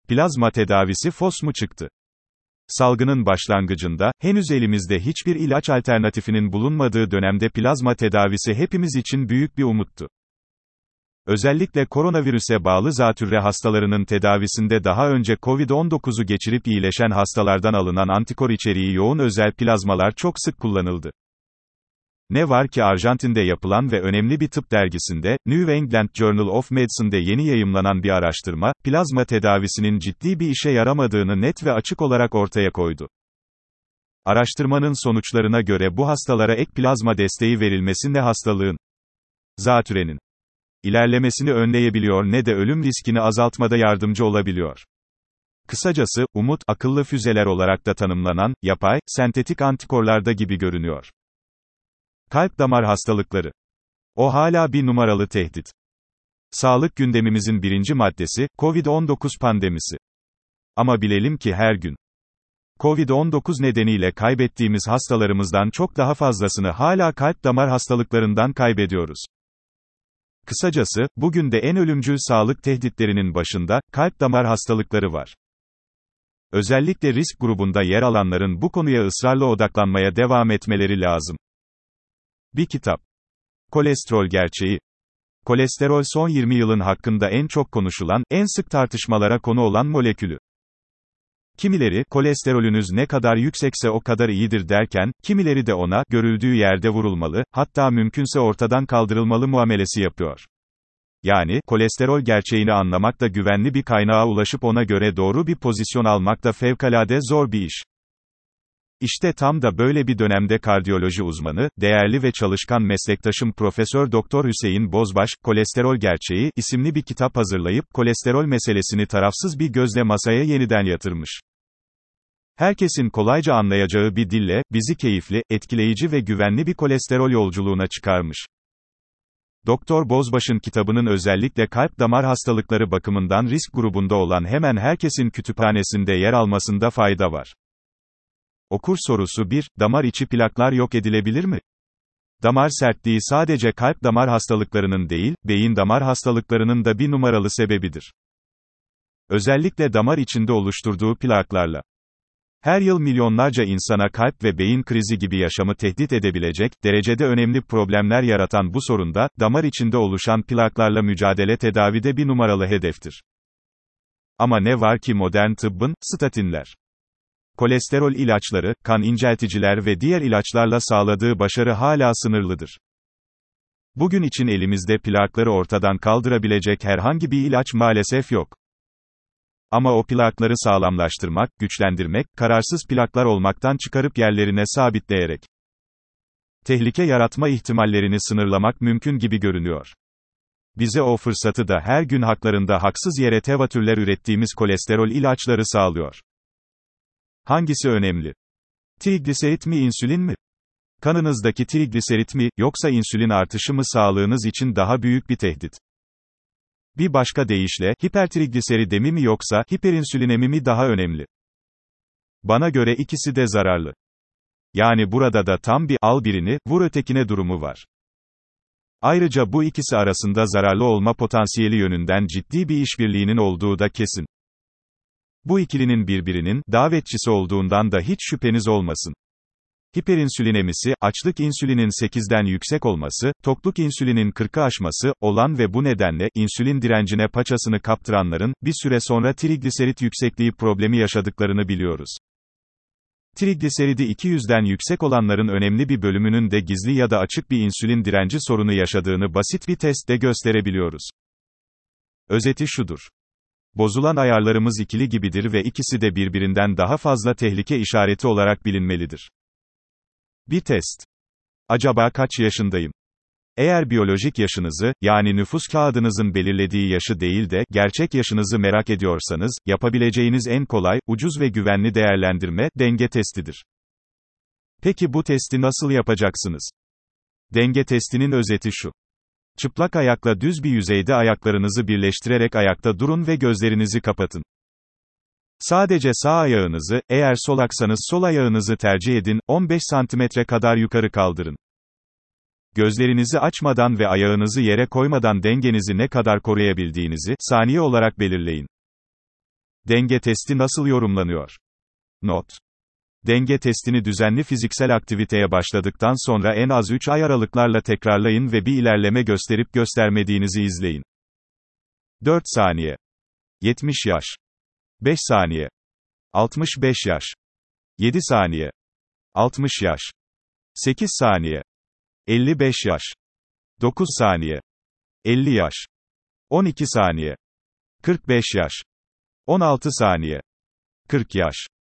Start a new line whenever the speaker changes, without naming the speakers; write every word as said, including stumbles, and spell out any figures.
Plazma tedavisi fos mu çıktı? Salgının başlangıcında, henüz elimizde hiçbir ilaç alternatifinin bulunmadığı dönemde plazma tedavisi hepimiz için büyük bir umuttu. Özellikle koronavirüse bağlı zatürre hastalarının tedavisinde daha önce kovid on dokuzu geçirip iyileşen hastalardan alınan antikor içeriği yoğun özel plazmalar çok sık kullanıldı. Ne var ki Arjantin'de yapılan ve önemli bir tıp dergisinde, New England Journal of Medicine'de yeni yayımlanan bir araştırma, plazma tedavisinin ciddi bir işe yaramadığını net ve açık olarak ortaya koydu. Araştırmanın sonuçlarına göre bu hastalara ek plazma desteği verilmesi ne hastalığın, zatürenin ilerlemesini önleyebiliyor ne de ölüm riskini azaltmada yardımcı olabiliyor. Kısacası, umut, akıllı füzeler olarak da tanımlanan, yapay, sentetik antikorlarda gibi görünüyor. Kalp damar hastalıkları. O hala bir numaralı tehdit. Sağlık gündemimizin birinci maddesi, kovid on dokuz pandemisi. Ama bilelim ki her gün, kovid on dokuz nedeniyle kaybettiğimiz hastalarımızdan çok daha fazlasını hala kalp damar hastalıklarından kaybediyoruz. Kısacası, bugün de en ölümcül sağlık tehditlerinin başında, kalp damar hastalıkları var. Özellikle risk grubunda yer alanların bu konuya ısrarla odaklanmaya devam etmeleri lazım. Bir kitap. Kolesterol gerçeği. Kolesterol son yirmi yılın hakkında en çok konuşulan, en sık tartışmalara konu olan molekülü. Kimileri, kolesterolünüz ne kadar yüksekse o kadar iyidir derken, kimileri de ona, görüldüğü yerde vurulmalı, hatta mümkünse ortadan kaldırılmalı muamelesi yapıyor. Yani, kolesterol gerçeğini anlamak da güvenli bir kaynağa ulaşıp ona göre doğru bir pozisyon almak da fevkalade zor bir iş. İşte tam da böyle bir dönemde kardiyoloji uzmanı, değerli ve çalışkan meslektaşım Profesör Doktor Hüseyin Bozbaş, Kolesterol Gerçeği isimli bir kitap hazırlayıp, kolesterol meselesini tarafsız bir gözle masaya yeniden yatırmış. Herkesin kolayca anlayacağı bir dille, bizi keyifli, etkileyici ve güvenli bir kolesterol yolculuğuna çıkarmış. Doktor Bozbaş'ın kitabının özellikle kalp damar hastalıkları bakımından risk grubunda olan hemen herkesin kütüphanesinde yer almasında fayda var. Okur sorusu bir, damar içi plaklar yok edilebilir mi? Damar sertliği sadece kalp damar hastalıklarının değil, beyin damar hastalıklarının da bir numaralı sebebidir. Özellikle damar içinde oluşturduğu plaklarla. Her yıl milyonlarca insana kalp ve beyin krizi gibi yaşamı tehdit edebilecek, derecede önemli problemler yaratan bu sorunda, damar içinde oluşan plaklarla mücadele tedavide bir numaralı hedeftir. Ama ne var ki modern tıbbın, statinler, kolesterol ilaçları, kan incelticiler ve diğer ilaçlarla sağladığı başarı hala sınırlıdır. Bugün için elimizde plakları ortadan kaldırabilecek herhangi bir ilaç maalesef yok. Ama o plakları sağlamlaştırmak, güçlendirmek, kararsız plaklar olmaktan çıkarıp yerlerine sabitleyerek tehlike yaratma ihtimallerini sınırlamak mümkün gibi görünüyor. Bize o fırsatı da her gün haklarında haksız yere tevatürler ürettiğimiz kolesterol ilaçları sağlıyor. Hangisi önemli? Trigliserit mi, insülin mi? Kanınızdaki trigliserit mi, yoksa insülin artışı mı sağlığınız için daha büyük bir tehdit? Bir başka deyişle, hipertrigliseridemi mi yoksa hiperinsülinemi mi daha önemli? Bana göre ikisi de zararlı. Yani burada da tam bir al birini, vur ötekine durumu var. Ayrıca bu ikisi arasında zararlı olma potansiyeli yönünden ciddi bir işbirliğinin olduğu da kesin. Bu ikilinin birbirinin davetçisi olduğundan da hiç şüpheniz olmasın. Hiperinsülinemisi, açlık insülinin sekizden yüksek olması, tokluk insülinin kırkı aşması, olan ve bu nedenle, insülin direncine paçasını kaptıranların, bir süre sonra trigliserit yüksekliği problemi yaşadıklarını biliyoruz. Trigliseridi iki yüzden yüksek olanların önemli bir bölümünün de gizli ya da açık bir insülin direnci sorunu yaşadığını basit bir testte gösterebiliyoruz. Özeti şudur. Bozulan ayarlarımız ikili gibidir ve ikisi de birbirinden daha fazla tehlike işareti olarak bilinmelidir. Bir test. Acaba kaç yaşındayım? Eğer biyolojik yaşınızı, yani nüfus kağıdınızın belirlediği yaşı değil de, gerçek yaşınızı merak ediyorsanız, yapabileceğiniz en kolay, ucuz ve güvenli değerlendirme, denge testidir. Peki bu testi nasıl yapacaksınız? Denge testinin özeti şu. Çıplak ayakla düz bir yüzeyde ayaklarınızı birleştirerek ayakta durun ve gözlerinizi kapatın. Sadece sağ ayağınızı, eğer solaksanız sol ayağınızı tercih edin, on beş santimetre kadar yukarı kaldırın. Gözlerinizi açmadan ve ayağınızı yere koymadan dengenizi ne kadar koruyabildiğinizi, saniye olarak belirleyin. Denge testi nasıl yorumlanıyor? Not. Denge testini düzenli fiziksel aktiviteye başladıktan sonra en az üç ay aralıklarla tekrarlayın ve bir ilerleme gösterip göstermediğinizi izleyin. dört saniye. yetmiş yaş. beş saniye. altmış beş yaş. yedi saniye. altmış yaş. sekiz saniye. elli beş yaş. dokuz saniye. elli yaş. on iki saniye. kırk beş yaş. on altı saniye. kırk yaş.